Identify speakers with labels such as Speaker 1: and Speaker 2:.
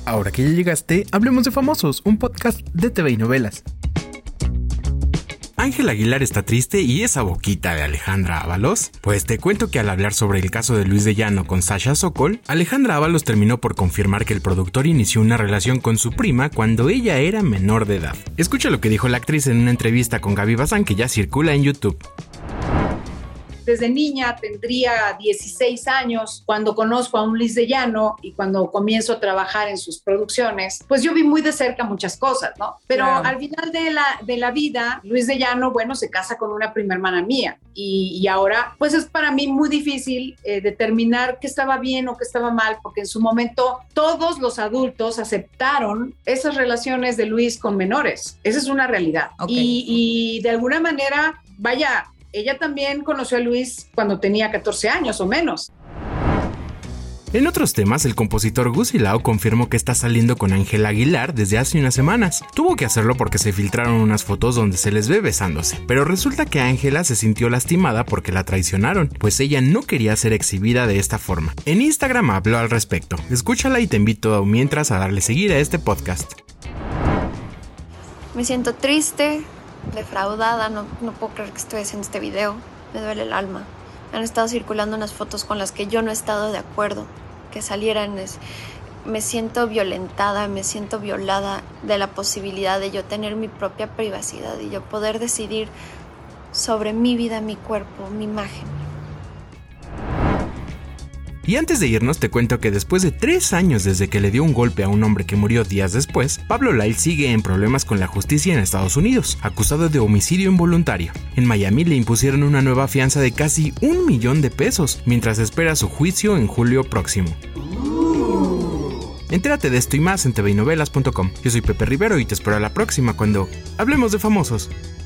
Speaker 1: Ahora que ya llegaste, hablemos de Famosos, un podcast de TV y novelas. ¿Ángel Aguilar está triste y esa boquita de Alejandra Ábalos? Pues te cuento que al hablar sobre el caso de Luis de Llano con Sasha Sokol, Alejandra Ábalos terminó por confirmar que el productor inició una relación con su prima cuando ella era menor de edad. Escucha lo que dijo la actriz en una entrevista con Gaby Bazán que ya circula en YouTube.
Speaker 2: Desde niña tendría 16 años cuando conozco a un Luis de Llano y cuando comienzo a trabajar en sus producciones, pues yo vi muy de cerca muchas cosas, ¿no? Pero al final de la vida, Luis de Llano, bueno, se casa con una prima hermana mía y ahora, pues es para mí muy difícil determinar qué estaba bien o qué estaba mal, porque en su momento todos los adultos aceptaron esas relaciones de Luis con menores. Esa es una realidad. Okay. Y de alguna manera, vaya, ella también conoció a Luis cuando tenía 14 años o menos.
Speaker 1: En otros temas, el compositor Gus Silao confirmó que está saliendo con Ángel Aguilar desde hace unas semanas. Tuvo que hacerlo porque se filtraron unas fotos donde se les ve besándose, pero resulta que Ángela se sintió lastimada porque la traicionaron, pues ella no quería ser exhibida de esta forma. En Instagram habló al respecto. Escúchala y te invito mientras a darle seguir a este podcast.
Speaker 3: Me siento triste, defraudada, no puedo creer que estoy haciendo este video, me duele el alma. Han estado circulando unas fotos con las que yo no he estado de acuerdo que salieran. Me siento violentada, me siento violada de la posibilidad de yo tener mi propia privacidad y yo poder decidir sobre mi vida, mi cuerpo, mi imagen.
Speaker 1: Y antes de irnos te cuento que después de 3 años desde que le dio un golpe a un hombre que murió días después, Pablo Lyle sigue en problemas con la justicia en Estados Unidos, acusado de homicidio involuntario. En Miami le impusieron una nueva fianza de casi $1 millón, mientras espera su juicio en julio próximo. Entérate de esto y más en tvinovelas.com. Yo soy Pepe Rivero y te espero a la próxima cuando hablemos de famosos.